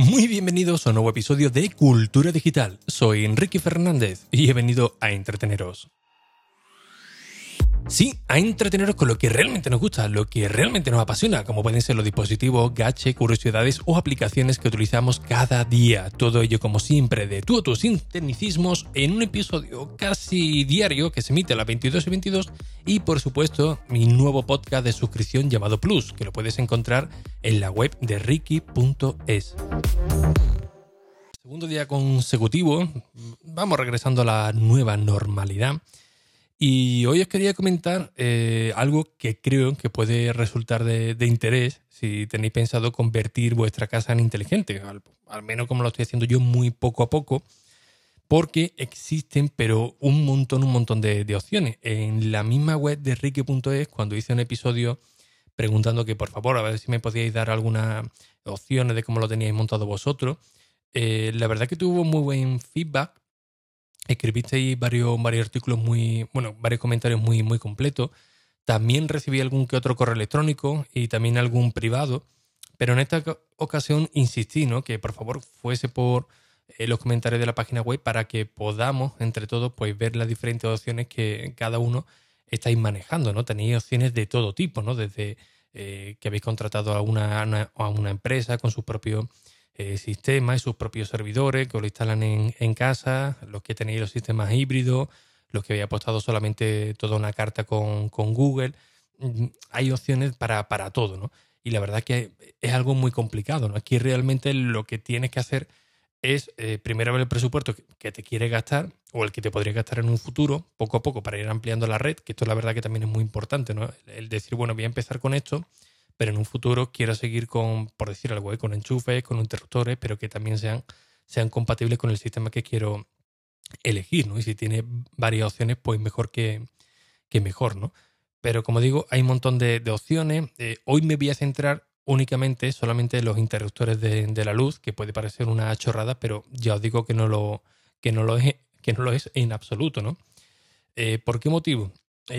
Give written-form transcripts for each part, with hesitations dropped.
Muy bienvenidos a un nuevo episodio de Cultura Digital. Soy Enrique Fernández y he venido a entreteneros. Sí, a entreteneros con lo que realmente nos gusta, lo que realmente nos apasiona, como pueden ser los dispositivos, gadgets, curiosidades o aplicaciones que utilizamos cada día. Todo ello, como siempre, de tú a tus sin tecnicismos en un episodio casi diario que se emite a las 22 y 22 y, por supuesto, mi nuevo podcast de suscripción llamado Plus, que lo puedes encontrar en la web de Ricky.es. Segundo día consecutivo, vamos regresando a la nueva normalidad. Y hoy os quería comentar algo que creo que puede resultar de interés si tenéis pensado convertir vuestra casa en inteligente, al menos como lo estoy haciendo yo muy poco a poco, porque existen pero un montón de opciones. En la misma web de Ricky.es, cuando hice un episodio preguntando que por favor a ver si me podíais dar algunas opciones de cómo lo teníais montado vosotros, la verdad que tuvo muy buen feedback. Escribisteis varios artículos varios comentarios muy completos. También recibí algún que otro correo electrónico y también algún privado. Pero en esta ocasión insistí, ¿no?, que por favor fuese por los comentarios de la página web para que podamos, entre todos, pues ver las diferentes opciones que cada uno estáis manejando, ¿no? Tenéis opciones de todo tipo, ¿no? Desde que habéis contratado a una empresa con sus propios sistemas y sus propios servidores que os lo instalan en casa, los que tenéis los sistemas híbridos, los que habéis apostado solamente toda una carta con Google. Hay opciones para todo, ¿no? Y la verdad que es algo muy complicado, ¿no? Aquí realmente lo que tienes que hacer es primero ver el presupuesto que te quieres gastar o el que te podrías gastar en un futuro, poco a poco, para ir ampliando la red, que esto la verdad que también es muy importante, ¿no? El decir, bueno, voy a empezar con esto, pero en un futuro quiero seguir con, por decir algo, con enchufes, con interruptores, pero que también sean compatibles con el sistema que quiero elegir, ¿no? Y si tiene varias opciones, pues mejor que mejor, ¿no? Pero como digo, hay un montón de opciones. Hoy me voy a centrar solamente en los interruptores de la luz, que puede parecer una chorrada, pero ya os digo que no lo es en absoluto, ¿no? ¿Por qué motivo?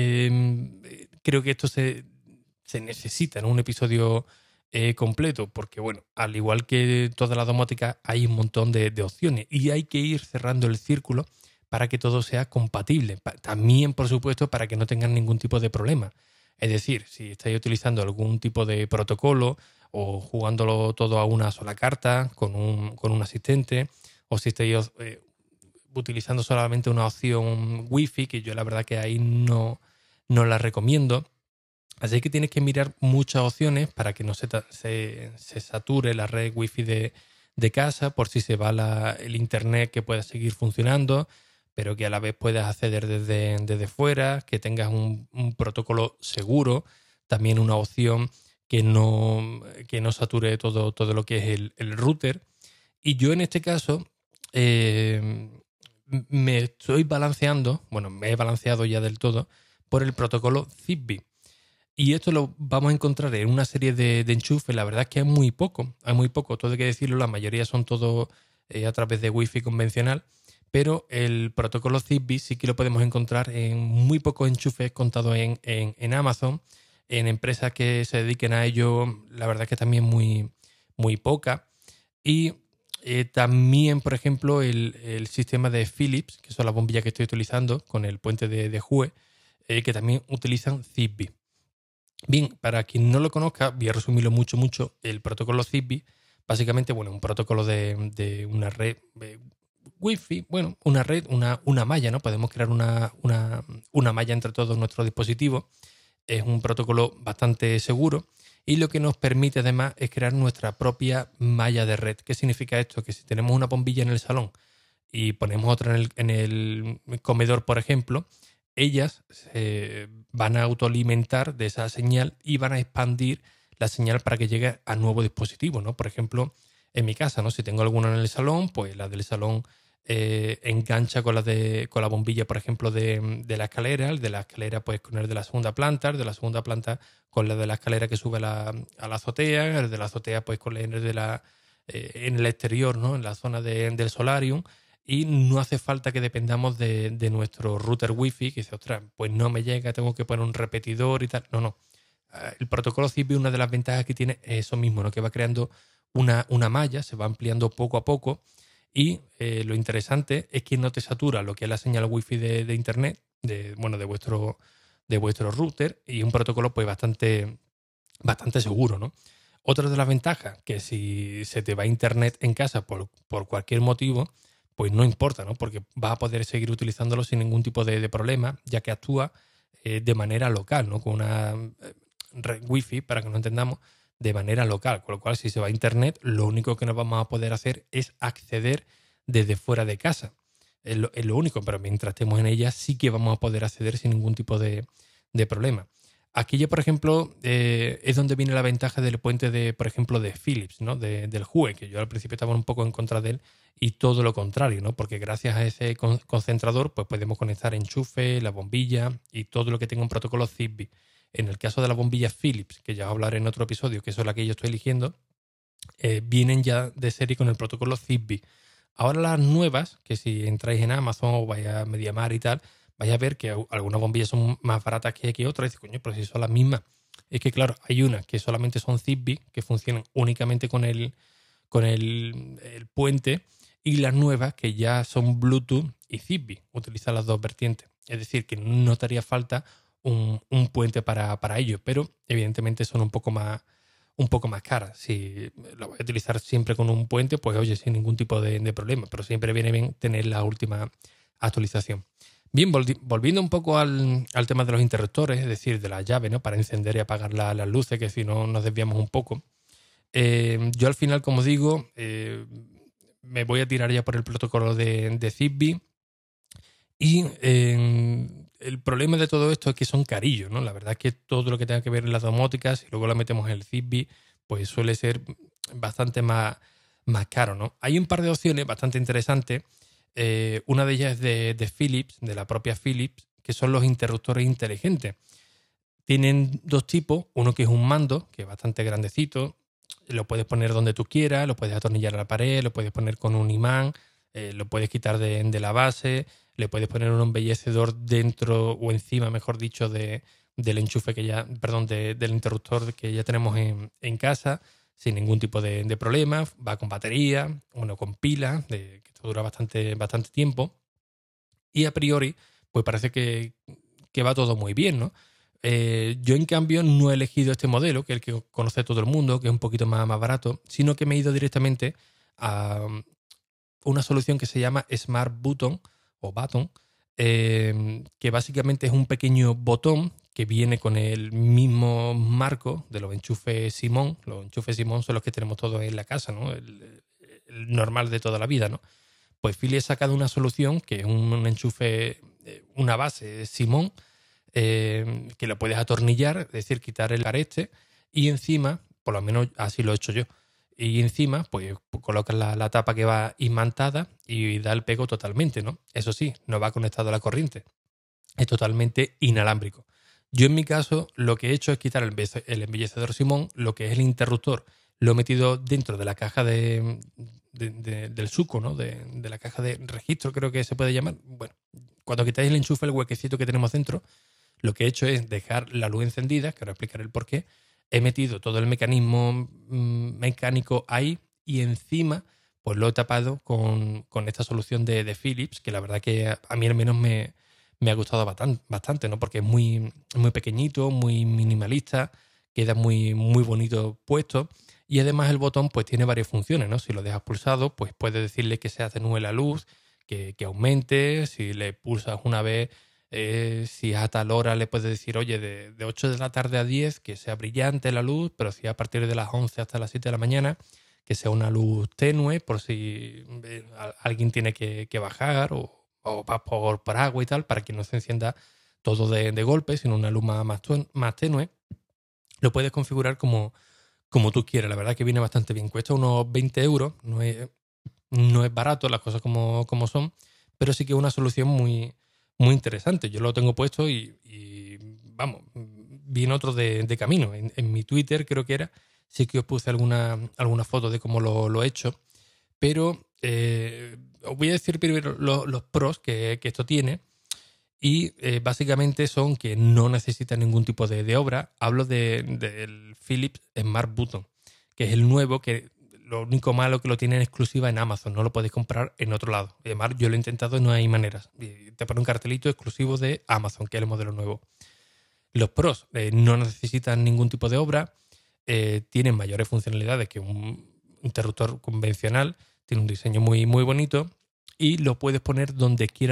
Creo que esto se necesita en un episodio completo, porque bueno, al igual que toda la domótica hay un montón de opciones y hay que ir cerrando el círculo para que todo sea compatible. También, por supuesto, para que no tengan ningún tipo de problema. Es decir, si estáis utilizando algún tipo de protocolo o jugándolo todo a una sola carta con un asistente, o si estáis utilizando solamente una opción Wi-Fi, que yo la verdad que ahí no la recomiendo. Así que tienes que mirar muchas opciones para que no se sature la red Wi-Fi de casa, por si se va el internet, que pueda seguir funcionando, pero que a la vez puedas acceder desde fuera, que tengas un protocolo seguro, también una opción que no sature todo lo que es el router. Y yo en este caso me estoy balanceando, me he balanceado ya del todo por el protocolo Zigbee. Y esto lo vamos a encontrar en una serie de enchufes. La verdad es que hay muy poco, todo hay que decirlo, la mayoría son todos a través de Wi-Fi convencional, pero el protocolo Zigbee sí que lo podemos encontrar en muy pocos enchufes contados en Amazon, en empresas que se dediquen a ello, la verdad es que también muy poca. Y también, por ejemplo, el sistema de Philips, que son las bombillas que estoy utilizando con el puente de Hue, que también utilizan Zigbee. Bien, para quien no lo conozca, voy a resumirlo mucho. El protocolo Zigbee, básicamente, un protocolo de una red Wi-Fi, una red, una malla, ¿no? Podemos crear una malla entre todos nuestros dispositivos. Es un protocolo bastante seguro y lo que nos permite además es crear nuestra propia malla de red. ¿Qué significa esto? Que si tenemos una bombilla en el salón y ponemos otra en el comedor, por ejemplo, ellas se van a autoalimentar de esa señal y van a expandir la señal para que llegue a nuevos dispositivos, ¿no? Por ejemplo, en mi casa, ¿no? Si tengo alguna en el salón, pues la del salón engancha con la bombilla, por ejemplo, de la escalera. El de la escalera, pues con el de la segunda planta. El de la segunda planta con la de la escalera que sube a la azotea. El de la azotea, pues con el de en el exterior, ¿no? En la zona del solarium. Y no hace falta que dependamos de nuestro router Wi-Fi, que dice, ostras, pues no me llega, tengo que poner un repetidor y tal. No. El protocolo Zigbee, una de las ventajas que tiene es eso mismo, ¿no? Que va creando una malla, se va ampliando poco a poco y lo interesante es que no te satura lo que es la señal wifi de internet, de vuestro router, y un protocolo pues bastante seguro, ¿no? Otra de las ventajas, que si se te va internet en casa por cualquier motivo, pues no importa, ¿no? Porque vas a poder seguir utilizándolo sin ningún tipo de problema, ya que actúa de manera local, ¿no? Con una red wifi, para que no entendamos, de manera local. Con lo cual, si se va a internet, lo único que no vamos a poder hacer es acceder desde fuera de casa. Es lo único, pero mientras estemos en ella sí que vamos a poder acceder sin ningún tipo de problema. Aquí ya, por ejemplo, es donde viene la ventaja del puente por ejemplo, de Philips, ¿no? Del Hue, que yo al principio estaba un poco en contra de él, y todo lo contrario, ¿no? Porque gracias a ese concentrador pues podemos conectar enchufe, la bombilla y todo lo que tenga un protocolo Zigbee. En el caso de las bombillas Philips, que ya hablaré en otro episodio, que son las que yo estoy eligiendo, vienen ya de serie con el protocolo Zigbee. Ahora las nuevas, que si entráis en Amazon o vais a MediaMarkt y tal, vais a ver que algunas bombillas son más baratas que otras. Y dices, coño, pero si son las mismas. Es que, claro, hay unas que solamente son Zigbee, que funcionan únicamente con el puente, y las nuevas que ya son Bluetooth y Zigbee. Utilizan las dos vertientes. Es decir, que no te haría falta un puente para ello, pero evidentemente son un poco más caras. Si lo voy a utilizar siempre con un puente, pues oye, sin ningún tipo de problema, pero siempre viene bien tener la última actualización. Bien, volviendo un poco al tema de los interruptores, es decir, de la llave, ¿no? Para encender y apagar las luces, que si no nos desviamos un poco. Yo al final, como digo, me voy a tirar ya por el protocolo de Zigbee. Y el problema de todo esto es que son carillos, ¿no? La verdad es que todo lo que tenga que ver en las domóticas, y luego la metemos en el Zigbee, pues suele ser bastante más caro, ¿no? Hay un par de opciones bastante interesantes. Una de ellas es de Philips, de la propia Philips, que son los interruptores inteligentes. Tienen dos tipos, uno que es un mando, que es bastante grandecito, lo puedes poner donde tú quieras, lo puedes atornillar a la pared, lo puedes poner con un imán, lo puedes quitar de la base, le puedes poner un embellecedor dentro o encima, mejor dicho, del enchufe del interruptor que ya tenemos en casa, sin ningún tipo de problema. Va con batería, con pila, que esto dura bastante tiempo. Y a priori, pues parece que va todo muy bien, ¿no? Yo, en cambio, no he elegido este modelo, que es el que conoce todo el mundo, que es un poquito más barato, sino que me he ido directamente a una solución que se llama Smart Button o Button, que básicamente es un pequeño botón que viene con el mismo marco de los enchufes Simón. Los enchufes Simón son los que tenemos todos en la casa, ¿no? El normal de toda la vida, ¿no? Pues Philips ha sacado una solución que es un enchufe, una base Simón, que lo puedes atornillar, es decir, quitar el areste, y encima, por lo menos así lo he hecho yo, y encima pues colocas la tapa que va imantada y da el pego totalmente, ¿no? Eso sí, no va conectado a la corriente, es totalmente inalámbrico. Yo, en mi caso, lo que he hecho es quitar el embellecedor Simón, lo que es el interruptor, lo he metido dentro de la caja del suco, ¿no? De la caja de registro, creo que se puede llamar. Bueno, cuando quitáis el enchufe, el huequecito que tenemos dentro, lo que he hecho es dejar la luz encendida, que ahora explicaré el por qué. He metido todo el mecanismo mecánico ahí, y encima pues lo he tapado con esta solución de Philips, que la verdad que a mí al menos me ha gustado bastante, ¿no? Porque es muy pequeñito, muy minimalista, queda muy bonito puesto, y además el botón pues tiene varias funciones, ¿no? Si lo dejas pulsado, pues puedes decirle que se atenúe la luz, que aumente. Si le pulsas una vez, si a tal hora le puedes decir, oye, de 8 de la tarde a 10 que sea brillante la luz, pero si a partir de las 11 hasta las 7 de la mañana que sea una luz tenue, por si alguien tiene que bajar o va por agua y tal, para que no se encienda todo de golpe, sino una luz más tenue. Lo puedes configurar como tú quieras. La verdad que viene bastante bien. Cuesta unos 20 euros, no es barato, las cosas como son, pero sí que es una solución muy interesante. Yo lo tengo puesto y vamos, viene otro de camino. En mi Twitter, creo que era, sí que os puse alguna foto de cómo lo he hecho, pero os voy a decir primero los pros que esto tiene, y básicamente son que no necesita ningún tipo de obra. Hablo del Philips Smart Button, que es el nuevo, que Lo único malo que lo tienen exclusiva en Amazon, no lo podéis comprar en otro lado. Además, yo lo he intentado y no hay maneras. Te pone un cartelito exclusivo de Amazon, que es el modelo nuevo. Los pros, no necesitan ningún tipo de obra, tienen mayores funcionalidades que un interruptor convencional, tiene un diseño muy, muy bonito y lo puedes poner donde quiera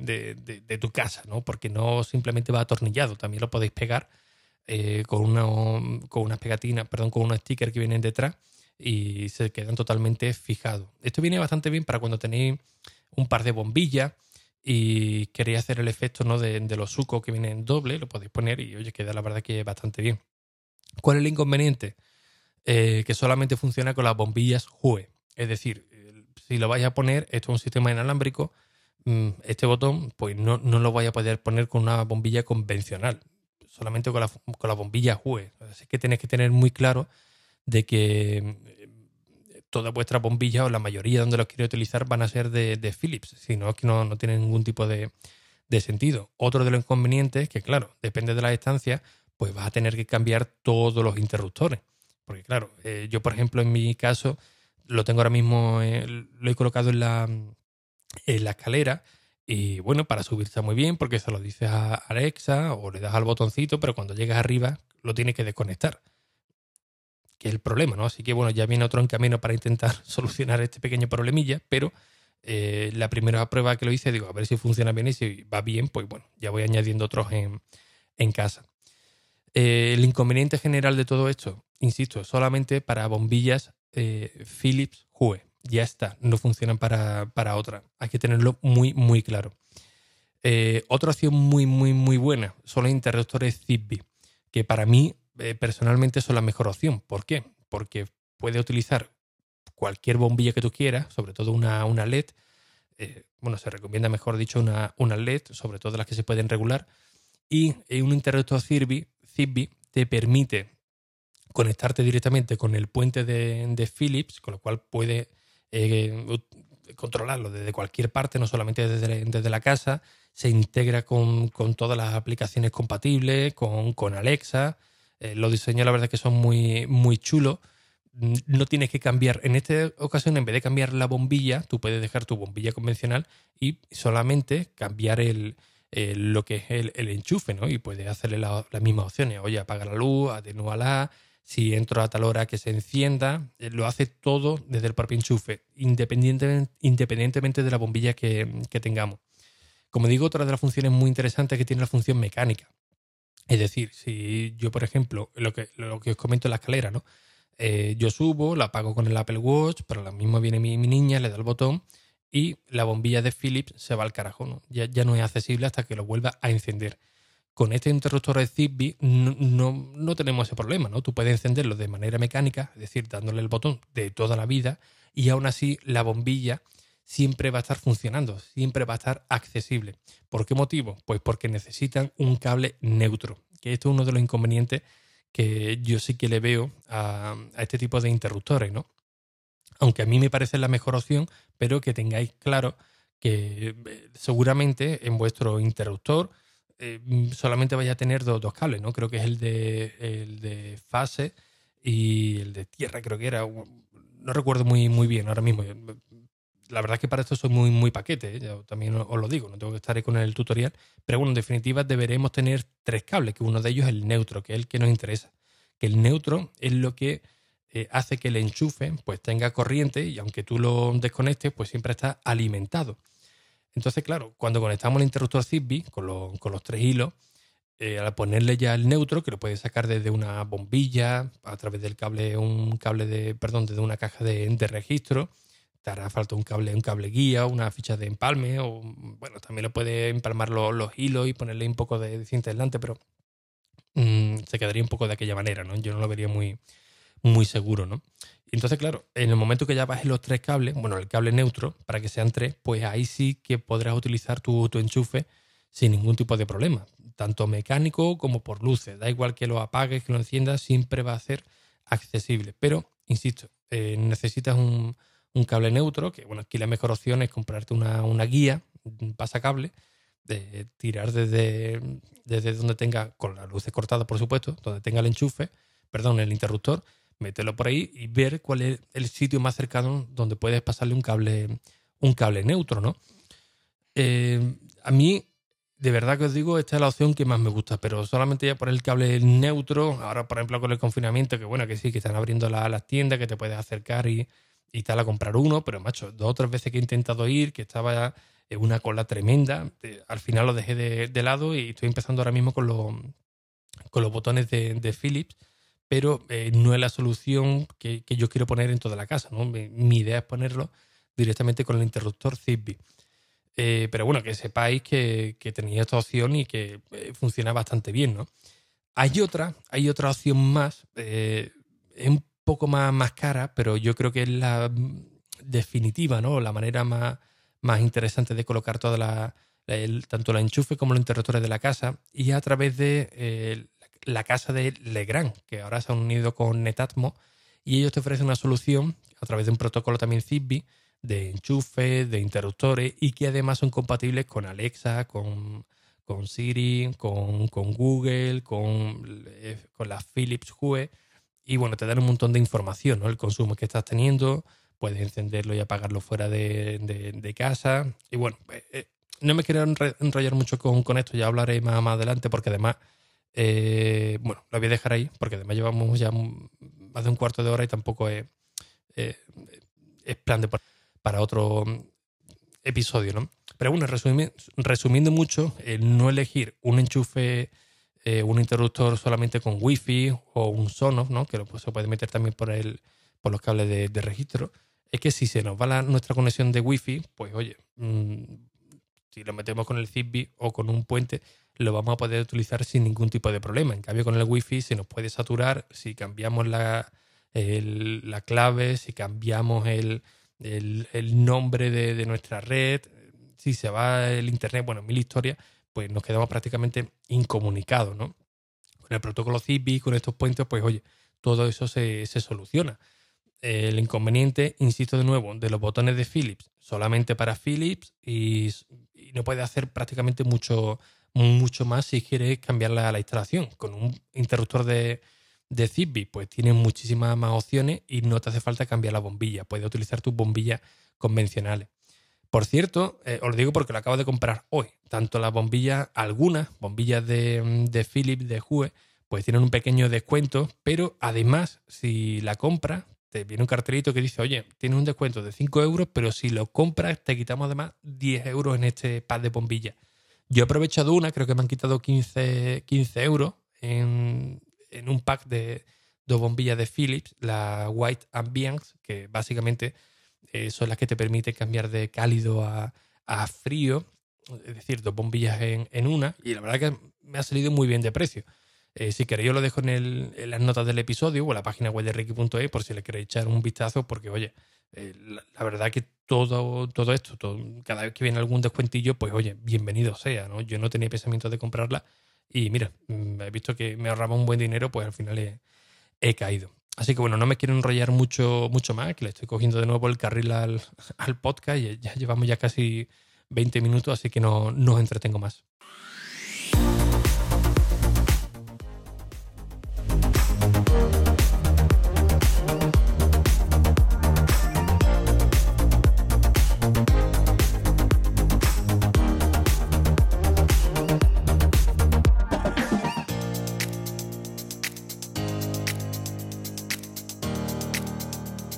de tu casa, ¿no? Porque no simplemente va atornillado, también lo podéis pegar con unas pegatinas, perdón, con unos stickers que vienen detrás y se quedan totalmente fijados. Esto viene bastante bien para cuando tenéis un par de bombillas y queréis hacer el efecto, ¿no? de los sucos que vienen doble, lo podéis poner y oye, queda la verdad que bastante bien. ¿Cuál es el inconveniente? Que solamente funciona con las bombillas Hue. Es decir, si lo vais a poner, esto es un sistema inalámbrico, este botón pues no lo vais a poder poner con una bombilla convencional, solamente con la bombilla Hue. Así que tenéis que tener muy claro de que todas vuestras bombillas o la mayoría donde los queréis utilizar van a ser de Philips, si no es que no tienen ningún tipo de sentido. Otro de los inconvenientes es que, claro, depende de la estancia, pues vas a tener que cambiar todos los interruptores. Porque, claro, yo, por ejemplo, en mi caso, lo tengo ahora mismo, lo he colocado en la escalera y, bueno, para subir está muy bien porque se lo dices a Alexa o le das al botoncito, pero cuando llegas arriba lo tienes que desconectar, que es el problema, ¿no? Así que, bueno, ya viene otro en camino para intentar solucionar este pequeño problemilla, pero la primera prueba que lo hice, digo, a ver si funciona bien y si va bien, pues bueno, ya voy añadiendo otros en casa. El inconveniente general de todo esto, insisto, solamente para bombillas Philips Hue. Ya está, no funcionan para otra. Hay que tenerlo muy, muy claro. Otra opción muy, muy, muy buena son los interruptores Zigbee, que para mí personalmente son la mejor opción. ¿Por qué? Porque puedes utilizar cualquier bombilla que tú quieras, sobre todo una LED. Bueno, se recomienda, mejor dicho, una LED, sobre todo las que se pueden regular. Y un interruptor Zigbee te permite conectarte directamente con el puente de Philips, con lo cual puedes controlarlo desde cualquier parte, no solamente desde la casa. Se integra con todas las aplicaciones compatibles, con Alexa. Los diseños, la verdad, que son muy, muy chulos. No tienes que cambiar, en esta ocasión, en vez de cambiar la bombilla, tú puedes dejar tu bombilla convencional y solamente cambiar lo que es el enchufe, ¿no? Y puedes hacerle las mismas opciones. Oye, apaga la luz, atenúala, si entro a tal hora que se encienda. Lo hace todo desde el propio enchufe, independientemente de la bombilla que tengamos. Como digo, otra de las funciones muy interesantes es que tiene la función mecánica. Es decir, si yo, por ejemplo, lo que os comento en la escalera, ¿no? Yo subo, la apago con el Apple Watch, pero lo mismo viene mi niña, le da el botón y la bombilla de Philips se va al carajo, ¿no? Ya no es accesible hasta que lo vuelva a encender. Con este interruptor de Zigbee no tenemos ese problema, ¿no? Tú puedes encenderlo de manera mecánica, es decir, dándole el botón de toda la vida y aún así la bombilla siempre va a estar funcionando, siempre va a estar accesible. ¿Por qué motivo? Pues porque necesitan un cable neutro, que esto es uno de los inconvenientes que yo sí que le veo a este tipo de interruptores, ¿no? Aunque a mí me parece la mejor opción, pero que tengáis claro que seguramente en vuestro interruptor solamente vais a tener dos cables, ¿no? Creo que es el de fase y el de tierra, creo que era. No recuerdo muy, muy bien ahora mismo. La verdad es que para esto soy muy, muy paquete, yo también os lo digo, no tengo que estar ahí con el tutorial, pero bueno, en definitiva deberemos tener 3 cables, que uno de ellos es el neutro, que es el que nos interesa. Que el neutro es lo que hace que el enchufe pues tenga corriente y aunque tú lo desconectes, pues siempre está alimentado. Entonces, claro, cuando conectamos el interruptor Zigbee con los 3 hilos, al ponerle ya el neutro, que lo puedes sacar desde una bombilla, a través del cable, desde una caja de registro, te hará falta un cable guía, una ficha de empalme, o bueno, también lo puedes empalmar los hilos y ponerle un poco de cinta aislante, pero se quedaría un poco de aquella manera, ¿no? Yo no lo vería muy, muy seguro, ¿no? Entonces, claro, en el momento que ya bajes los 3 cables, bueno, el cable neutro, para que sean 3, pues ahí sí que podrás utilizar tu enchufe sin ningún tipo de problema, tanto mecánico como por luces. Da igual que lo apagues, que lo enciendas, siempre va a ser accesible. Pero, insisto, necesitas un cable neutro, que bueno, aquí la mejor opción es comprarte una guía, un pasacable, de tirar desde donde tenga, con las luces cortadas por supuesto, donde tenga el interruptor, mételo por ahí y ver cuál es el sitio más cercano donde puedes pasarle un cable neutro, ¿no? A mí, de verdad que os digo, esta es la opción que más me gusta, pero solamente ya por el cable neutro, ahora por ejemplo con el confinamiento, que bueno, que sí, que están abriendo las tiendas, que te puedes acercar y tal a comprar uno, pero macho, 2 o 3 veces que he intentado ir, que estaba en una cola tremenda, al final lo dejé de lado y estoy empezando ahora mismo con los botones de Philips, pero no es la solución que yo quiero poner en toda la casa, ¿no? Mi idea es ponerlo directamente con el interruptor Zigbee. Pero bueno, que sepáis que tenía esta opción y que funciona bastante bien, ¿no? Hay otra opción más, es un poco más cara, pero yo creo que es la definitiva, ¿no? La manera más interesante de colocar tanto la enchufe como los interruptores de la casa, y a través de la casa de Legrand, que ahora se han unido con Netatmo, y ellos te ofrecen una solución a través de un protocolo también Zigbee de enchufe, de interruptores, y que además son compatibles con Alexa, con Siri, con Google, con la Philips Hue, y bueno, te dan un montón de información, ¿no? El consumo que estás teniendo, puedes encenderlo y apagarlo fuera de casa, y bueno, no me quiero enrollar mucho con esto, ya hablaré más adelante, porque además, bueno, lo voy a dejar ahí, porque además llevamos ya más de un cuarto de hora y tampoco es plan para otro episodio, ¿no? Pero bueno, resumiendo mucho, el no elegir un enchufe, un interruptor solamente con Wi-Fi o un Sonos, ¿no? Que se puede meter también por los cables de registro, es que si se nos va nuestra conexión de Wi-Fi, pues oye, si lo metemos con el Zigbee o con un puente, lo vamos a poder utilizar sin ningún tipo de problema. En cambio, con el Wi-Fi se nos puede saturar si cambiamos la clave, si cambiamos el nombre de nuestra red, si se va el internet, bueno, mil historias, pues nos quedamos prácticamente incomunicados, ¿no? Con el protocolo Zigbee, con estos puentes, pues oye, todo eso se soluciona. El inconveniente, insisto de nuevo, de los botones de Philips, solamente para Philips, y no puede hacer prácticamente mucho más si quieres cambiar la instalación. Con un interruptor de Zigbee, pues tienes muchísimas más opciones y no te hace falta cambiar la bombilla. Puedes utilizar tus bombillas convencionales. Por cierto, os lo digo porque lo acabo de comprar hoy. Tanto las bombillas, algunas bombillas de Philips, de Hue, pues tienen un pequeño descuento, pero además, si la compras, te viene un cartelito que dice, oye, tienes un descuento de 5 euros, pero si lo compras, te quitamos además 10 euros en este pack de bombillas. Yo he aprovechado una, creo que me han quitado 15 euros en un pack de 2 bombillas de Philips, la White Ambiance, que básicamente son las que te permiten cambiar de cálido a frío, es decir, 2 bombillas en una, y la verdad que me ha salido muy bien de precio. Si queréis, yo lo dejo en las notas del episodio o en la página web de Ricky.es por si le queréis echar un vistazo, porque oye, la verdad que todo esto, cada vez que viene algún descuentillo, pues oye, bienvenido sea, ¿no? Yo no tenía pensamiento de comprarla y mira, he visto que me ahorraba un buen dinero, pues al final he caído. Así que bueno, no me quiero enrollar mucho más, que le estoy cogiendo de nuevo el carril al podcast y ya llevamos ya casi 20 minutos, así que no os entretengo más.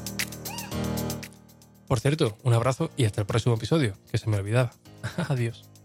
Por cierto, un abrazo y hasta el próximo episodio, que se me olvidaba. Adiós.